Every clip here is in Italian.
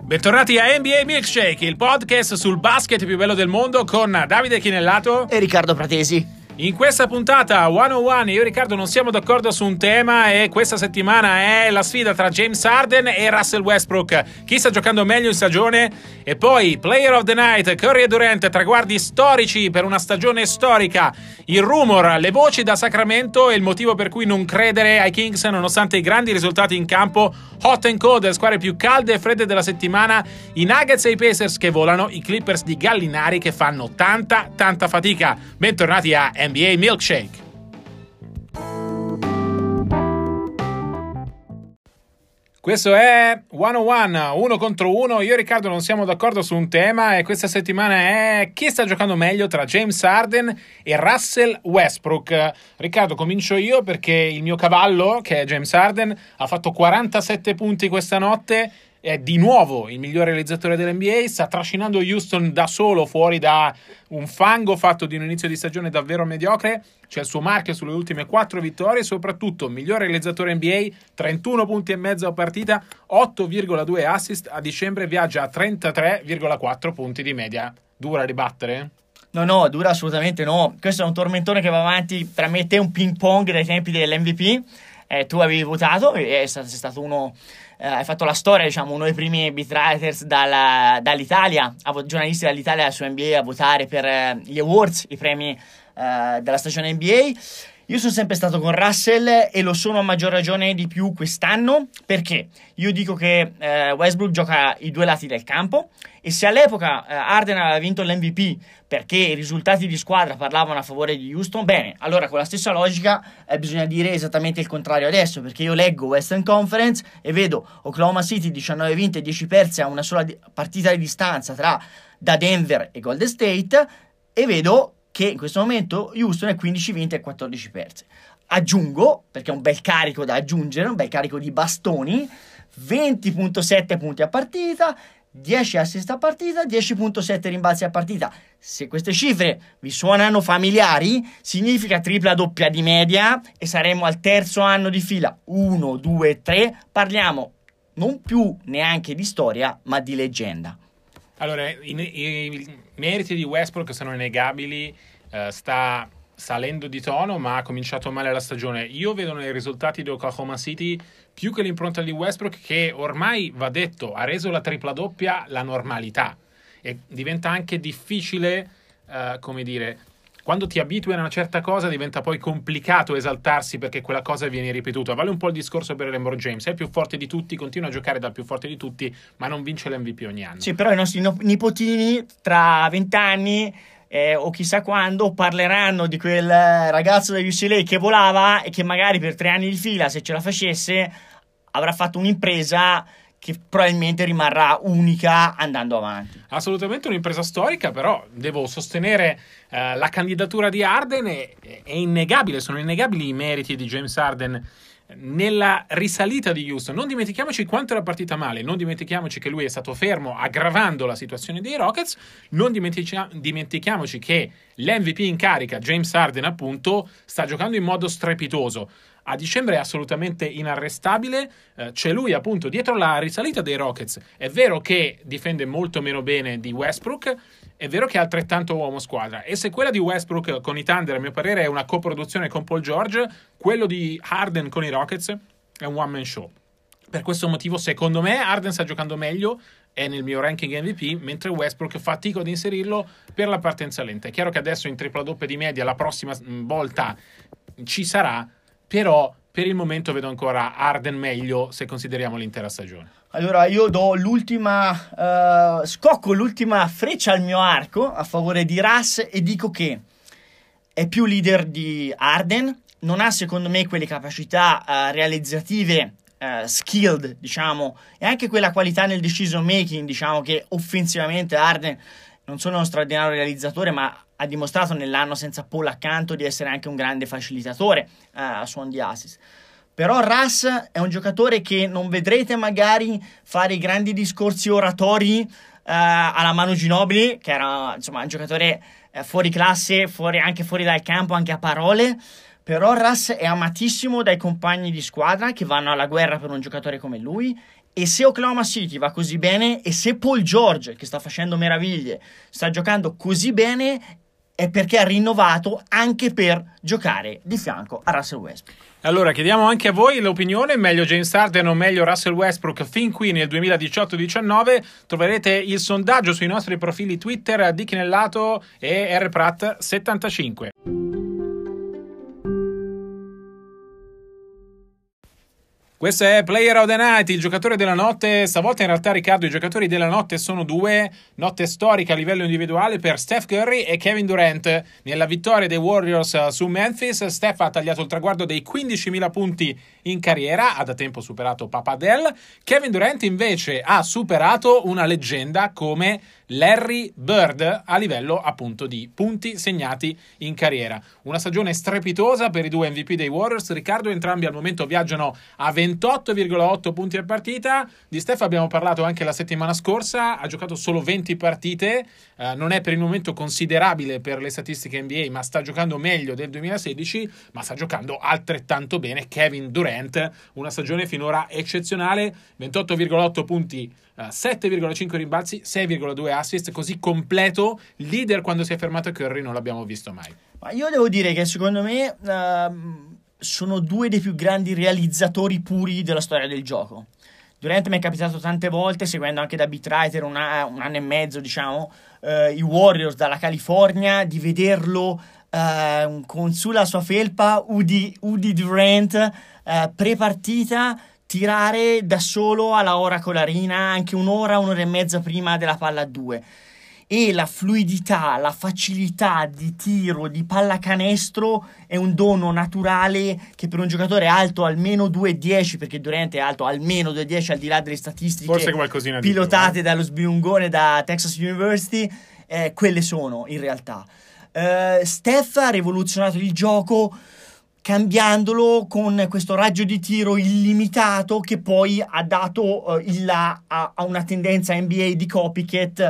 Bentornati a NBA Milkshake, il podcast sul basket più bello del mondo con Davide Chinellato e Riccardo Pratesi. In questa puntata 101 io e Riccardo non siamo d'accordo su un tema e questa settimana è la sfida tra James Harden e Russell Westbrook. Chi sta giocando meglio in stagione? E poi Player of the Night, Curry e Durant, traguardi storici per una stagione storica. Il rumor, le voci da Sacramento e il motivo per cui non credere ai Kings nonostante i grandi risultati in campo. Hot and cold, le squadre più calde e fredde della settimana. I Nuggets e i Pacers che volano, i Clippers di Gallinari che fanno tanta fatica. Bentornati a NBA Milkshake. Questo è 101, uno contro uno. Io e Riccardo non siamo d'accordo su un tema e questa settimana è chi sta giocando meglio tra James Harden e Russell Westbrook. Riccardo, comincio io perché il mio cavallo, che è James Harden, ha fatto 47 punti questa notte. È di nuovo il miglior realizzatore dell'NBA, sta trascinando Houston da solo fuori da un fango fatto di un inizio di stagione davvero mediocre. C'è il suo marchio sulle ultime 4 vittorie, soprattutto miglior realizzatore NBA, 31 punti e mezzo a partita, 8,2 assist, a dicembre viaggia a 33,4 punti di media. Dura a ribattere? No, dura assolutamente no. Questo è un tormentone che va avanti tra me e te, un ping pong dai tempi dell'MVP. Tu avevi votato, sei stato uno... hai fatto la storia, diciamo, uno dei primi beat writers dall'Italia, giornalisti dall'Italia su NBA a votare per gli awards, i premi della stagione NBA. Io sono sempre stato con Russell e lo sono a maggior ragione di più quest'anno, perché io dico che Westbrook gioca i due lati del campo e se all'epoca Harden aveva vinto l'MVP perché i risultati di squadra parlavano a favore di Houston, bene, allora con la stessa logica bisogna dire esattamente il contrario adesso, perché io leggo Western Conference e vedo Oklahoma City 19 vinte e 10 perse a una sola partita di distanza da Denver e Golden State e vedo che in questo momento Houston è 15 vinte e 14 perse. Aggiungo, perché è un bel carico da aggiungere, un bel carico di bastoni, 20,7 punti a partita, 10 assist a partita, 10,7 rimbalzi a partita. Se queste cifre vi suonano familiari, significa tripla doppia di media e saremo al terzo anno di fila. 1, 2, 3, parliamo non più neanche di storia, ma di leggenda. Allora, i meriti di Westbrook sono innegabili, sta salendo di tono, ma ha cominciato male la stagione. Io vedo nei risultati di Oklahoma City più che l'impronta di Westbrook, che ormai, va detto, ha reso la tripla doppia la normalità. E diventa anche difficile, come dire... Quando ti abitui a una certa cosa diventa poi complicato esaltarsi perché quella cosa viene ripetuta. Vale un po' il discorso per LeBron James. È il più forte di tutti, continua a giocare dal più forte di tutti, ma non vince l'MVP ogni anno. Sì, però i nostri nipotini tra 20 anni o chissà quando parleranno di quel ragazzo degli UCLA che volava e che magari per 3 anni di fila, se ce la facesse, avrà fatto un'impresa che probabilmente rimarrà unica andando avanti. Assolutamente un'impresa storica, però devo sostenere la candidatura di Harden, è innegabile, sono innegabili i meriti di James Harden nella risalita di Houston. Non dimentichiamoci quanto era partita male, non dimentichiamoci che lui è stato fermo aggravando la situazione dei Rockets, non dimentichiamoci che l'MVP in carica, James Harden appunto, sta giocando in modo strepitoso. A dicembre è assolutamente inarrestabile, c'è lui appunto dietro la risalita dei Rockets. È vero che difende molto meno bene di Westbrook, è vero che è altrettanto uomo squadra. E se quella di Westbrook con i Thunder, a mio parere, è una coproduzione con Paul George, quello di Harden con i Rockets è un one-man show. Per questo motivo, secondo me, Harden sta giocando meglio, è nel mio ranking MVP, mentre Westbrook fatico ad inserirlo per la partenza lenta. È chiaro che adesso in tripla doppia di media la prossima volta ci sarà, però per il momento vedo ancora Harden meglio se consideriamo l'intera stagione. Allora io do scocco l'ultima freccia al mio arco a favore di Russ e dico che è più leader di Harden, non ha secondo me quelle capacità realizzative skilled, diciamo, e anche quella qualità nel decision making, diciamo, che offensivamente Harden non solo uno straordinario realizzatore, ma ha dimostrato nell'anno senza Paul accanto di essere anche un grande facilitatore a suon di assist. Però Russ è un giocatore che non vedrete magari fare i grandi discorsi oratori alla Manu Ginobili, che era insomma un giocatore fuori classe, anche fuori dal campo, anche a parole. Però Russ è amatissimo dai compagni di squadra che vanno alla guerra per un giocatore come lui E se Oklahoma City va così bene, e se Paul George, che sta facendo meraviglie, sta giocando così bene, è perché ha rinnovato anche per giocare di fianco a Russell Westbrook. Allora, chiediamo anche a voi l'opinione, meglio James Harden o meglio Russell Westbrook fin qui nel 2018-19? Troverete il sondaggio sui nostri profili Twitter di Chinellato e rprat75. Questo è Player of the Night, il giocatore della notte. Stavolta in realtà, Riccardo, i giocatori della notte sono due. Notte storica a livello individuale per Steph Curry e Kevin Durant. Nella vittoria dei Warriors su Memphis, Steph ha tagliato il traguardo dei 15.000 punti in carriera, ha da tempo superato Papa Adele. Kevin Durant invece ha superato una leggenda come Larry Bird a livello appunto di punti segnati in carriera. Una stagione strepitosa per i due MVP dei Warriors. Riccardo, entrambi al momento viaggiano a 28,8 punti a partita. Di Steph abbiamo parlato anche la settimana scorsa, ha giocato solo 20 partite, non è per il momento considerabile per le statistiche NBA, ma sta giocando meglio del 2016, ma sta giocando altrettanto bene Kevin Durant, una stagione finora eccezionale, 28,8 punti, 7,5 rimbalzi, 6,2 assist, così completo, leader quando si è fermato Curry non l'abbiamo visto mai. Ma io devo dire che secondo me sono due dei più grandi realizzatori puri della storia del gioco. Durant mi è capitato tante volte, seguendo anche da beatwriter un anno e mezzo, diciamo, i Warriors dalla California, di vederlo con sulla sua felpa Udi Durant pre-partita tirare da solo alla ora colarina, anche un'ora e mezza prima della palla a due. E la fluidità, la facilità di tiro, di pallacanestro è un dono naturale che per un giocatore alto almeno 2,10, perché Durant è alto almeno 2,10 al di là delle statistiche pilotate dallo sbiungone da Texas University, quelle sono in realtà. Steph ha rivoluzionato il gioco cambiandolo con questo raggio di tiro illimitato che poi ha dato il là a una tendenza NBA di copycat,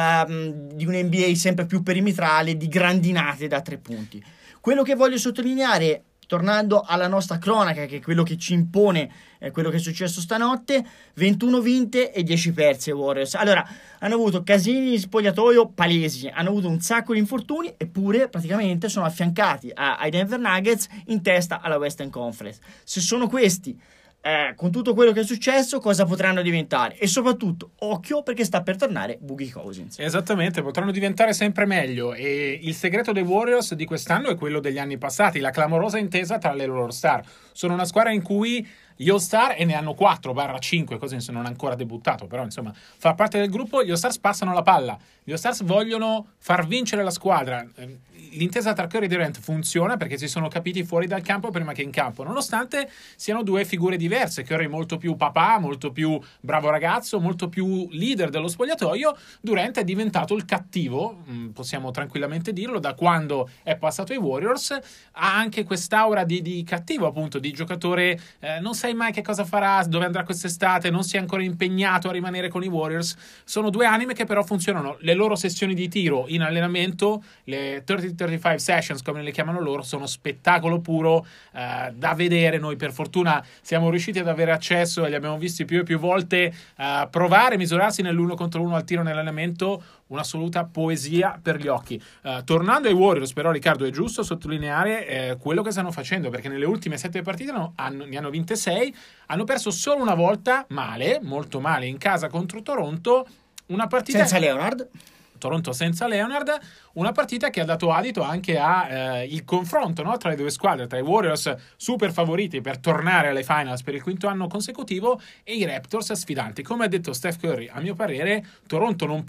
di un NBA sempre più perimetrale, di grandinate da 3 punti. Quello che voglio sottolineare, tornando alla nostra cronaca, che è quello che ci impone quello che è successo stanotte, 21 vinte e 10 perse Warriors. Allora, hanno avuto casini di spogliatoio palesi, hanno avuto un sacco di infortuni, eppure praticamente sono affiancati ai Denver Nuggets in testa alla Western Conference. Se sono questi, con tutto quello che è successo, cosa potranno diventare? E soprattutto, occhio, perché sta per tornare Boogie Cousins. Esattamente, potranno diventare sempre meglio, e il segreto dei Warriors di quest'anno è quello degli anni passati, la clamorosa intesa tra le loro star. Sono una squadra in cui gli All-Star, e ne hanno 4/5, Cousins non ha ancora debuttato, però insomma fa parte del gruppo, gli All-Stars passano la palla, gli All-Stars vogliono far vincere la squadra. L'intesa tra Curry e Durant funziona perché si sono capiti fuori dal campo prima che in campo, nonostante siano due figure diverse. Curry molto più papà, molto più bravo ragazzo, molto più leader dello spogliatoio. Durant è diventato il cattivo, possiamo tranquillamente dirlo, da quando è passato ai Warriors. Ha anche quest'aura di cattivo, appunto, di giocatore, non sai mai che cosa farà, dove andrà quest'estate, non si è ancora impegnato a rimanere con i Warriors. Sono due anime che però funzionano. Le loro sessioni di tiro in allenamento, le 30-35 sessions come le chiamano loro, sono spettacolo puro, da vedere. Noi per fortuna siamo riusciti ad avere accesso e li abbiamo visti più e più volte provare, misurarsi nell'1 contro 1 al tiro nell'allenamento. Un'assoluta poesia per gli occhi. Tornando ai Warriors, però, Riccardo, è giusto sottolineare quello che stanno facendo, perché nelle ultime 7 partite ne hanno vinte 6, hanno perso solo una volta, male, molto male, in casa contro Toronto, una partita senza Leonard. Toronto senza Leonard, una partita che ha dato adito anche a il confronto, no, tra le due squadre, tra i Warriors super favoriti per tornare alle finals per il 5º anno consecutivo e i Raptors sfidanti. Come ha detto Steph Curry, a mio parere Toronto non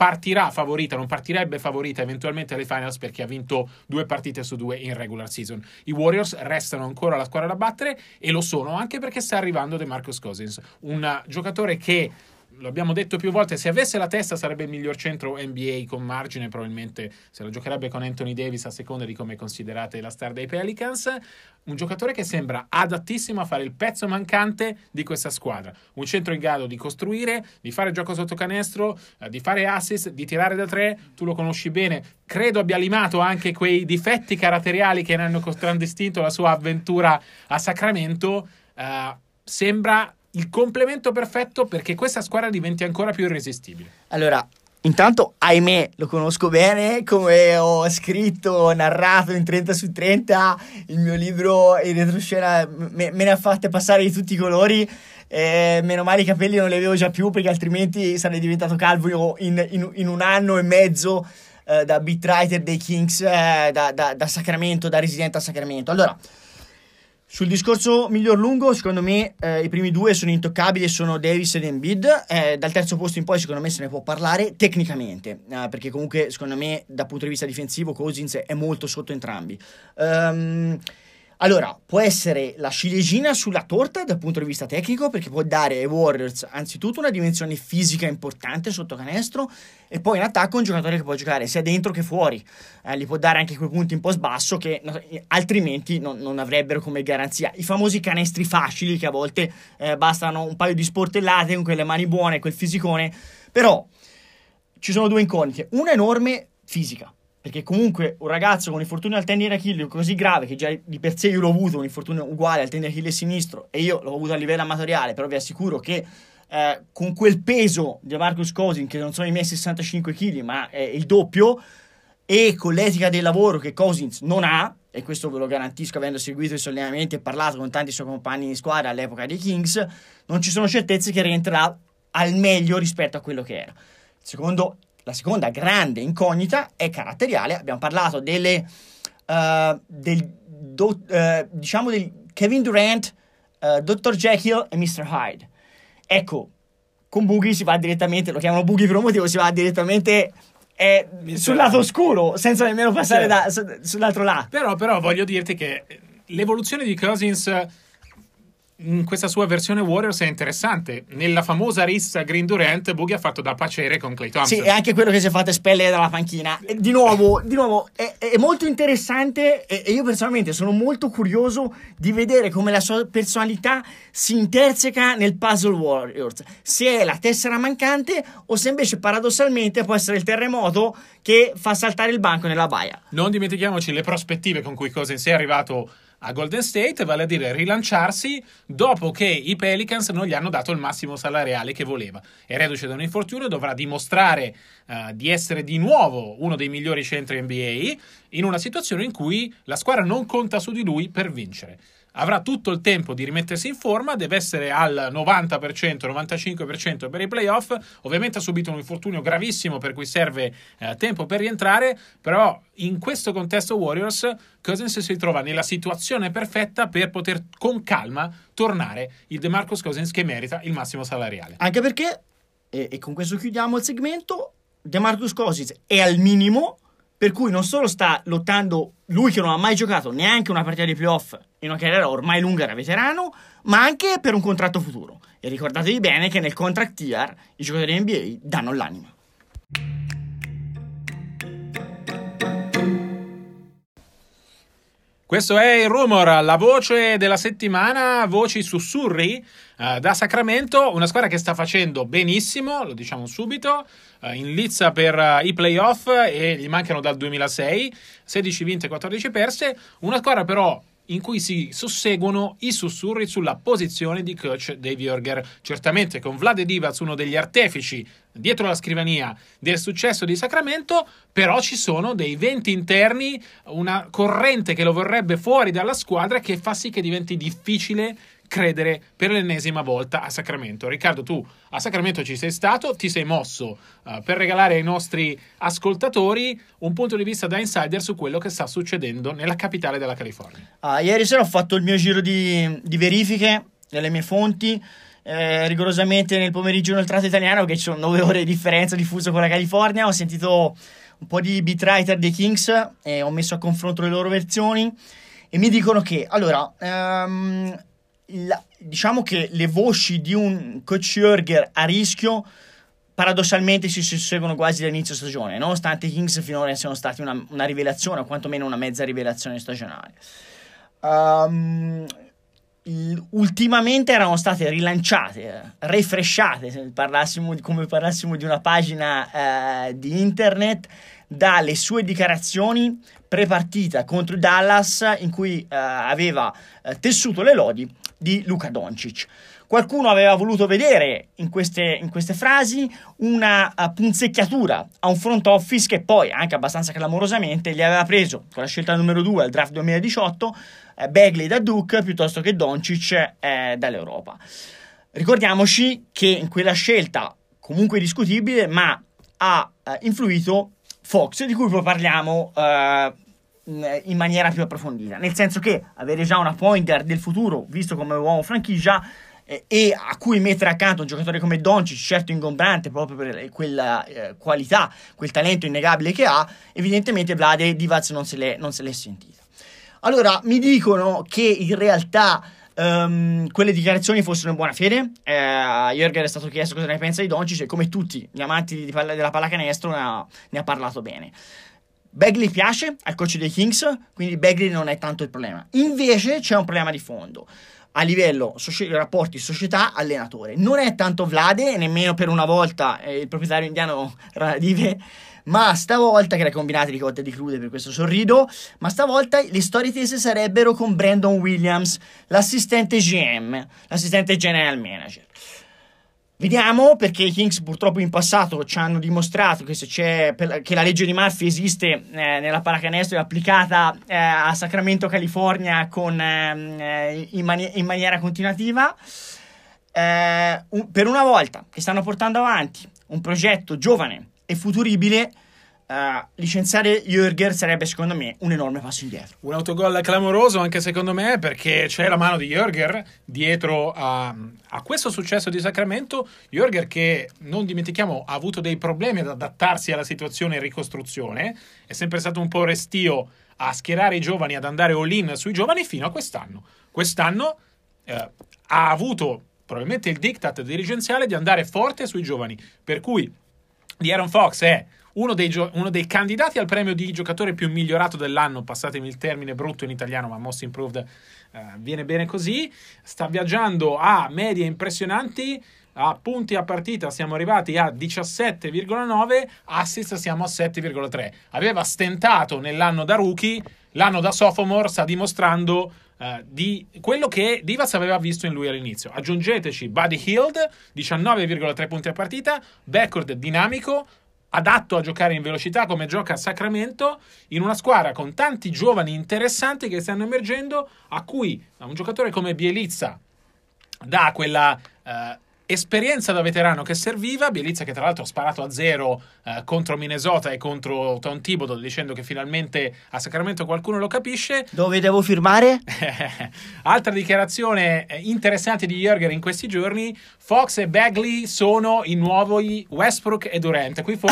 partirebbe favorita eventualmente alle finals perché ha vinto 2 partite su 2 in regular season. I Warriors restano ancora la squadra da battere, e lo sono anche perché sta arrivando DeMarcus Cousins, un giocatore che, lo abbiamo detto più volte, se avesse la testa sarebbe il miglior centro NBA con margine, probabilmente se la giocherebbe con Anthony Davis a seconda di come considerate la star dei Pelicans. Un giocatore che sembra adattissimo a fare il pezzo mancante di questa squadra, un centro in grado di costruire, di fare gioco sotto canestro, di fare assist, di tirare da 3. Tu lo conosci bene, credo abbia limato anche quei difetti caratteriali che ne hanno contraddistinto la sua avventura a Sacramento. Sembra il complemento perfetto perché questa squadra diventi ancora più irresistibile. Allora, intanto, ahimè, lo conosco bene, come ho scritto, narrato in 30 su 30, il mio libro in retroscena me ne ha fatte passare di tutti i colori. Meno male i capelli non li avevo già più, perché altrimenti sarei diventato calvo in un anno e mezzo, da beat writer dei Kings, da Sacramento, da residente a Sacramento. Allora, sul discorso miglior lungo, secondo me i primi due sono intoccabili, sono Davis ed Embiid. Dal terzo posto in poi secondo me se ne può parlare tecnicamente, perché comunque secondo me dal punto di vista difensivo Cousins è molto sotto entrambi. Allora, può essere la ciliegina sulla torta dal punto di vista tecnico, perché può dare ai Warriors anzitutto una dimensione fisica importante sotto canestro, e poi in attacco un giocatore che può giocare sia dentro che fuori. Gli può dare anche quei punti in post basso che altrimenti non avrebbero come garanzia. I famosi canestri facili, che a volte bastano un paio di sportellate con quelle mani buone, quel fisicone. Però ci sono due incognite. Una enorme fisica, perché comunque un ragazzo con un infortunio al tendine d'Achille così grave, che già di per sé io l'ho avuto, un infortunio uguale al tendine d'Achille sinistro, e io l'ho avuto a livello amatoriale, però vi assicuro che con quel peso di Marcus Cousins, che non sono i miei 65 kg ma è il doppio, e con l'etica del lavoro che Cousins non ha, e questo ve lo garantisco avendo seguito i suoi allenamenti e parlato con tanti suoi compagni di squadra all'epoca dei Kings, non ci sono certezze che rientrerà al meglio rispetto a quello che era. La seconda grande incognita è caratteriale. Abbiamo parlato del Kevin Durant, Dr. Jekyll e Mr. Hyde. Ecco, con Boogie si va direttamente, lo chiamano Boogie per un motivo, si va direttamente sul lato oscuro, senza nemmeno passare sull'altro lato. Però voglio dirti che l'evoluzione di Cousins in questa sua versione Warriors è interessante. Nella famosa rissa Green Durant, Boogie ha fatto da pacere con Klay Thompson. Sì, e anche quello che si è fatto espellere dalla panchina. E di nuovo è molto interessante, e io personalmente sono molto curioso di vedere come la sua personalità si interseca nel puzzle Warriors, se è la tessera mancante o se invece paradossalmente può essere il terremoto che fa saltare il banco nella baia. Non dimentichiamoci le prospettive con cui Cousins è arrivato a Golden State, vale a dire rilanciarsi dopo che i Pelicans non gli hanno dato il massimo salariale che voleva. È reduce da un infortunio, dovrà dimostrare di essere di nuovo uno dei migliori centri NBA in una situazione in cui la squadra non conta su di lui per vincere. Avrà tutto il tempo di rimettersi in forma, deve essere al 90%, 95% per i playoff. Ovviamente ha subito un infortunio gravissimo per cui serve tempo per rientrare, però in questo contesto Warriors Cousins si trova nella situazione perfetta per poter con calma tornare il DeMarcus Cousins che merita il massimo salariale. Anche perché, e con questo chiudiamo il segmento, DeMarcus Cousins è al minimo, per cui non solo sta lottando lui che non ha mai giocato neanche una partita di playoff in una carriera ormai lunga da veterano, ma anche per un contratto futuro. E ricordatevi bene che nel contract year i giocatori NBA danno l'anima. Questo è il Rumor, la voce della settimana, voci sussurri da Sacramento, una squadra che sta facendo benissimo, lo diciamo subito, in lizza per i playoff e gli mancano dal 2006, 16 vinte e 14 perse, una squadra però in cui si susseguono i sussurri sulla posizione di coach Dave Joerger. Certamente con Vlade Divac uno degli artefici dietro la scrivania del successo di Sacramento, però ci sono dei venti interni, una corrente che lo vorrebbe fuori dalla squadra che fa sì che diventi difficile credere per l'ennesima volta a Sacramento. Riccardo, tu a Sacramento ci sei stato, ti sei mosso per regalare ai nostri ascoltatori un punto di vista da insider su quello che sta succedendo nella capitale della California. Ieri sera ho fatto il mio giro di verifiche delle mie fonti, rigorosamente nel pomeriggio nel tratto italiano, che ci sono 9 ore di differenza di fuso con la California. Ho sentito un po' di beat writer dei Kings e ho messo a confronto le loro versioni e mi dicono che allora diciamo che le voci di un coach Joerger a rischio paradossalmente si susseguono quasi dall'inizio stagione, nonostante i Kings finora siano stati una rivelazione o quantomeno una mezza rivelazione stagionale. Ultimamente erano state rilanciate, refreshate, come parlassimo di una pagina di internet, dalle sue dichiarazioni pre-partita contro Dallas, in cui aveva tessuto le lodi di Luka Doncic. Qualcuno aveva voluto vedere in queste frasi una punzecchiatura a un front office che poi, anche abbastanza clamorosamente, gli aveva preso con la scelta numero 2 al draft 2018 Bagley da Duke piuttosto che Doncic dall'Europa. Ricordiamoci che in quella scelta, comunque discutibile, ma ha influito Fox, di cui poi parliamo in maniera più approfondita, nel senso che avere già una point guard del futuro visto come uomo franchigia e a cui mettere accanto un giocatore come Doncic, certo ingombrante proprio per quella qualità, quel talento innegabile che ha, evidentemente Vlade Divac non se l'è sentita. Allora mi dicono che in realtà quelle dichiarazioni fossero in buona fede. Jürgen è stato chiesto cosa ne pensa di Doncic e come tutti gli amanti della pallacanestro ne ha parlato bene. Bagley piace al coach dei Kings, quindi Bagley non è tanto il problema. Invece c'è un problema di fondo a livello rapporti società-allenatore. Non è tanto Vlade, nemmeno per una volta il proprietario indiano Radive, ma stavolta, che era combinati di cotte e di crude, per questo sorrido, ma stavolta le storie tese sarebbero con Brandon Williams, l'assistente GM, l'assistente general manager. Vediamo, perché i Kings purtroppo in passato ci hanno dimostrato che che la legge di Murphy esiste nella pallacanestro, è applicata a Sacramento, California in maniera continuativa. Per una volta che stanno portando avanti un progetto giovane e futuribile, licenziare Jürgen sarebbe secondo me un enorme passo indietro. Un autogol clamoroso anche secondo me, perché c'è la mano di Jürgen dietro a questo successo di Sacramento. Jürgen, che non dimentichiamo ha avuto dei problemi ad adattarsi alla situazione in ricostruzione, è sempre stato un po' restio a schierare i giovani, ad andare all-in sui giovani fino a quest'anno ha avuto probabilmente il diktat dirigenziale di andare forte sui giovani, per cui De'Aaron Fox è uno dei candidati al premio di giocatore più migliorato dell'anno, passatemi il termine brutto in italiano, ma most improved viene bene così. Sta viaggiando a medie impressionanti, a punti a partita siamo arrivati a 17,9, assist siamo a 7,3. Aveva stentato nell'anno da rookie, l'anno da sophomore sta dimostrando di quello che Divac aveva visto in lui all'inizio. Aggiungeteci Buddy Hield, 19,3 punti a partita, backcourt dinamico, adatto a giocare in velocità come gioca a Sacramento, in una squadra con tanti giovani interessanti che stanno emergendo, a cui un giocatore come Bjelica dà quella esperienza da veterano che serviva. Bjelica, che tra l'altro ha sparato a zero contro Minnesota e contro Tom Thibodeau, dicendo che finalmente a Sacramento qualcuno lo capisce. Dove devo firmare? Altra dichiarazione interessante di Jürgen in questi giorni: Fox e Bagley sono i nuovi Westbrook e Durant. Qui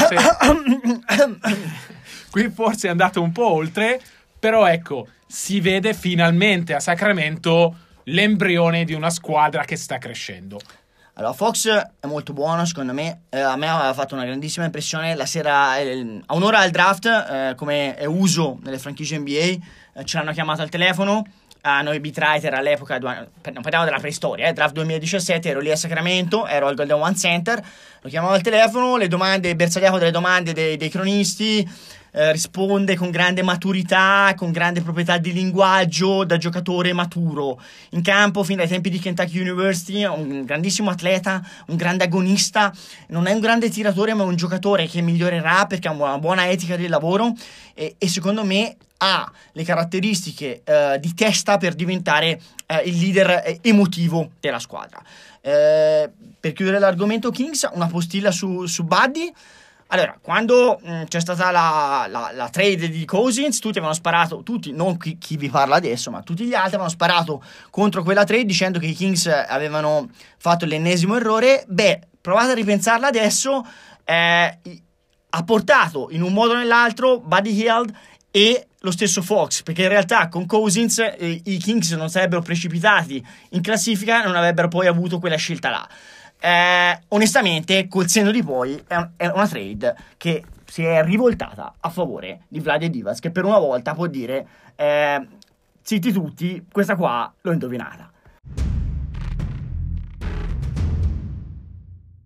forse è andato un po' oltre, però ecco, si vede finalmente a Sacramento l'embrione di una squadra che sta crescendo. Allora, Fox è molto buono, secondo me. A me aveva fatto una grandissima impressione la sera, a un'ora al draft, come è uso nelle franchigie NBA. Ce l'hanno chiamato al telefono. A noi beatwriter all'epoca, non parliamo della preistoria, draft 2017, ero lì a Sacramento, ero al Golden One Center, lo chiamavo al telefono, le domande, bersagliavo delle domande dei cronisti, risponde con grande maturità, con grande proprietà di linguaggio, da giocatore maturo in campo fin dai tempi di Kentucky University, un grandissimo atleta, un grande agonista, non è un grande tiratore ma è un giocatore che migliorerà perché ha una buona etica del lavoro e secondo me ha le caratteristiche di testa per diventare il leader emotivo della squadra. Per chiudere l'argomento Kings, una postilla su Buddy. Allora, quando c'è stata la trade di Cousins, tutti avevano sparato, non chi vi parla adesso, ma tutti gli altri avevano sparato contro quella trade dicendo che i Kings avevano fatto l'ennesimo errore. Beh, provate a ripensarla adesso, ha portato in un modo o nell'altro Buddy Hield e lo stesso Fox, perché in realtà con Cousins i Kings non sarebbero precipitati in classifica e non avrebbero poi avuto quella scelta là. Onestamente, col senno di poi è una trade che si è rivoltata a favore di Vlade Divac, che per una volta può dire zitti tutti, questa qua l'ho indovinata.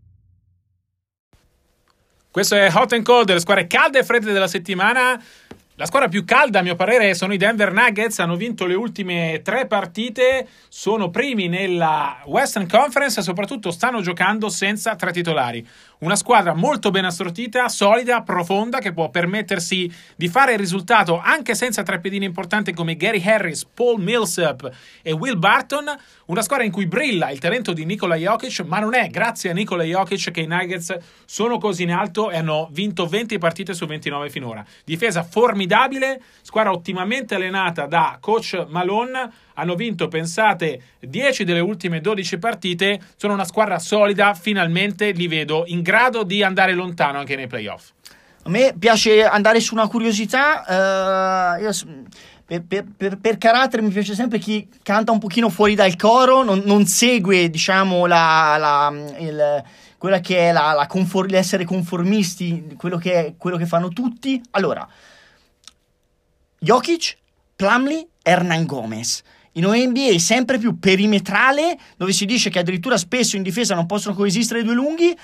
Questo è Hot and Cold, le squadre calde e fredde della settimana. La squadra più calda, a mio parere, sono i Denver Nuggets. Hanno vinto le ultime 3 partite, sono primi nella Western Conference e soprattutto stanno giocando senza 3 titolari. Una squadra molto ben assortita, solida, profonda, che può permettersi di fare il risultato anche senza 3 pedine importanti come Gary Harris, Paul Millsap e Will Barton. Una squadra in cui brilla il talento di Nikola Jokic, ma non è grazie a Nikola Jokic che i Nuggets sono così in alto e hanno vinto 20 partite su 29 finora. Difesa formidabile, squadra ottimamente allenata da coach Malone. Hanno vinto, pensate, 10 delle ultime 12 partite. Sono una squadra solida, finalmente li vedo in grado di andare lontano anche nei playoff. A me piace andare su una curiosità. Per carattere mi piace sempre chi canta un pochino fuori dal coro, non segue, diciamo, quella che è l'essere conformisti, quello che fanno tutti. Allora, Jokic, Plumlee, Hernan Gomez. In NBA sempre più perimetrale, dove si dice che addirittura spesso in difesa non possono coesistere 2 lunghi,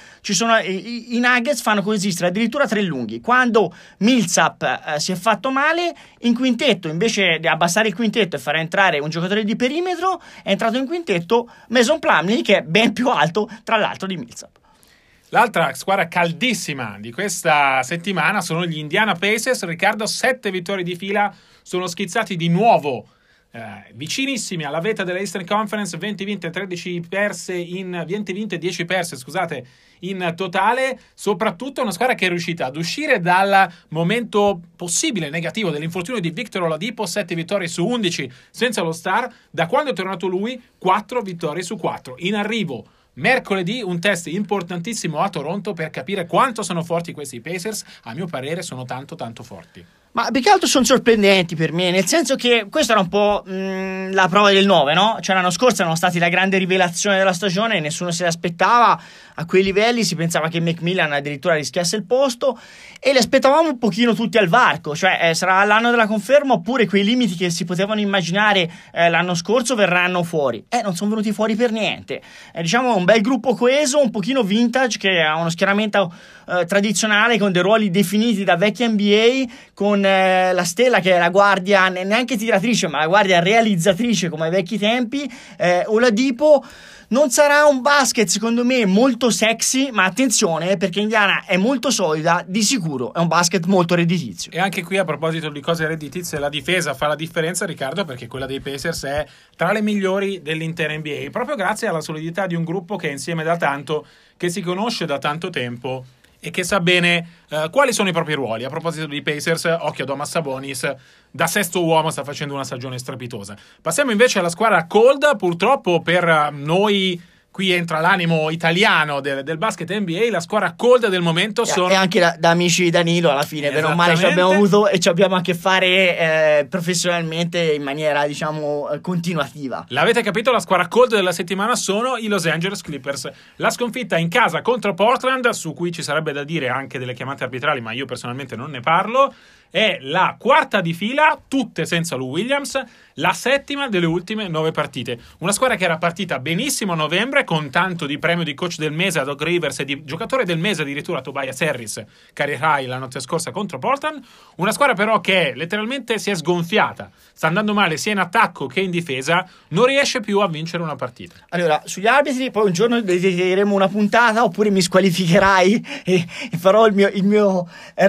i Nuggets fanno coesistere addirittura 3 lunghi. Quando Millsap si è fatto male, in quintetto, invece di abbassare il quintetto e far entrare un giocatore di perimetro, è entrato in quintetto Mason Plumlee, che è ben più alto, tra l'altro, di Millsap. L'altra squadra caldissima di questa settimana sono gli Indiana Pacers. Riccardo, 7 vittorie di fila, sono schizzati di nuovo vicinissimi alla vetta della Eastern Conference, 20 vinte, 13 perse 20 vinte, 10 perse, scusate, in totale. Soprattutto una squadra che è riuscita ad uscire dal momento possibile negativo dell'infortunio di Victor Oladipo, 7 vittorie su 11 senza lo star. Da quando è tornato lui, 4 vittorie su 4. In arrivo mercoledì un test importantissimo a Toronto per capire quanto sono forti questi Pacers. A mio parere sono tanto tanto forti. Ma più che altro sono sorprendenti per me, nel senso che questa era un po' la prova del 9, no? Cioè l'anno scorso erano stati la grande rivelazione della stagione e nessuno se l'aspettava. A quei livelli si pensava che McMillan addirittura rischiasse il posto e li aspettavamo un pochino tutti al varco, cioè sarà l'anno della conferma oppure quei limiti che si potevano immaginare l'anno scorso verranno fuori. Non sono venuti fuori per niente. Diciamo un bel gruppo coeso, un pochino vintage, che ha uno schieramento tradizionale con dei ruoli definiti da vecchia NBA, con la stella che è la guardia neanche tiratrice ma la guardia realizzatrice come ai vecchi tempi, Oladipo. Non sarà un basket secondo me molto sexy, ma attenzione perché Indiana è molto solida, di sicuro è un basket molto redditizio. E anche qui, a proposito di cose redditizie, la difesa fa la differenza, Riccardo, perché quella dei Pacers è tra le migliori dell'intera NBA, proprio grazie alla solidità di un gruppo che è insieme da tanto, che si conosce da tanto tempo e che sa bene quali sono i propri ruoli. A proposito di Pacers, occhio a Domas Sabonis, da sesto uomo sta facendo una stagione strepitosa. Passiamo invece alla squadra cold. Purtroppo per noi qui entra l'animo italiano del basket NBA, la squadra cold del momento sono... E anche da amici di Danilo alla fine, per male ci abbiamo avuto e ci abbiamo a che fare professionalmente in maniera, diciamo, continuativa. L'avete capito, la squadra cold della settimana sono i Los Angeles Clippers. La sconfitta in casa contro Portland, su cui ci sarebbe da dire anche delle chiamate arbitrali, ma io personalmente non ne parlo. È la 4ª di fila, tutte senza Lou Williams, la 7ª delle ultime 9 partite. Una squadra che era partita benissimo a novembre, con tanto di premio di coach del mese a Doc Rivers e di giocatore del mese addirittura a Tobias Harris, career high la notte scorsa contro Portland. Una squadra però che letteralmente si è sgonfiata, sta andando male sia in attacco che in difesa, non riesce più a vincere una partita. Allora, sugli arbitri poi un giorno dedicheremo una puntata, oppure mi squalificherai e farò il mio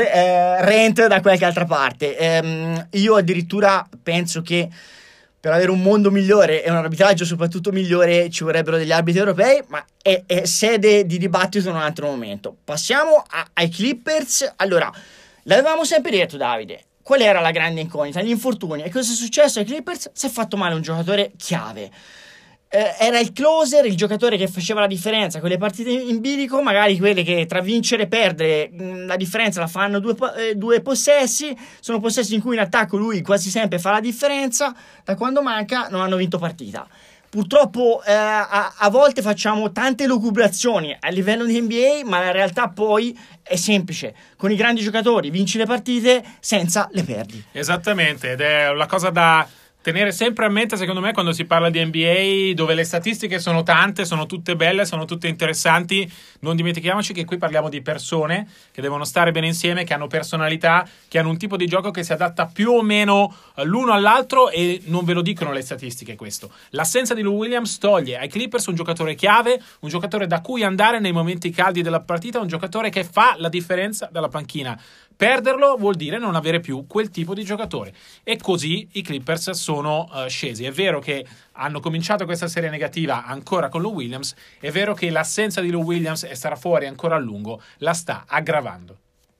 rant da qualche altra parte. Io addirittura penso che per avere un mondo migliore e un arbitraggio soprattutto migliore ci vorrebbero degli arbitri europei, ma è sede di dibattito in un altro momento. Passiamo ai Clippers. Allora, l'avevamo sempre detto, Davide, qual era la grande incognita? Gli infortuni. E cosa è successo ai Clippers? Si è fatto male un giocatore chiave. Era il closer, il giocatore che faceva la differenza. Quelle partite in bilico, magari quelle che tra vincere e perdere la differenza la fanno due possessi, sono possessi in cui in attacco lui quasi sempre fa la differenza. Da quando manca non hanno vinto partita. Purtroppo a volte facciamo tante lucubrazioni a livello di NBA, ma la realtà poi è semplice: con i grandi giocatori vinci le partite, senza le perdi. Esattamente, ed è una cosa da tenere sempre a mente, secondo me, quando si parla di NBA, dove le statistiche sono tante, sono tutte belle, sono tutte interessanti, non dimentichiamoci che qui parliamo di persone che devono stare bene insieme, che hanno personalità, che hanno un tipo di gioco che si adatta più o meno l'uno all'altro, e non ve lo dicono le statistiche questo. L'assenza di Lou Williams toglie ai Clippers un giocatore chiave, un giocatore da cui andare nei momenti caldi della partita, un giocatore che fa la differenza dalla panchina. Perderlo vuol dire non avere più quel tipo di giocatore, e così i Clippers sono scesi. È vero che hanno cominciato questa serie negativa ancora con Lou Williams, è vero che l'assenza di Lou Williams, e starà fuori ancora a lungo, la sta aggravando.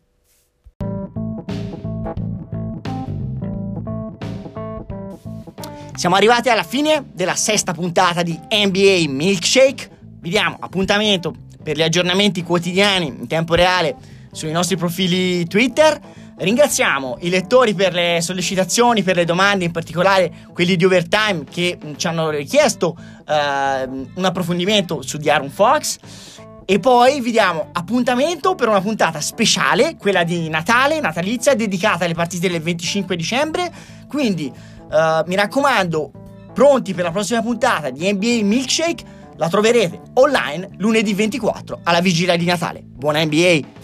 Siamo arrivati alla fine della sesta puntata di NBA Milkshake. Vi diamo appuntamento per gli aggiornamenti quotidiani in tempo reale sui nostri profili Twitter. Ringraziamo i lettori per le sollecitazioni, per le domande, in particolare quelli di Overtime, che ci hanno richiesto un approfondimento su De'Aaron Fox. E poi vi diamo appuntamento per una puntata speciale, quella di Natale, natalizia, dedicata alle partite del 25 dicembre. Quindi mi raccomando, pronti per la prossima puntata di NBA Milkshake. La troverete online lunedì 24 alla vigilia di Natale. Buona NBA!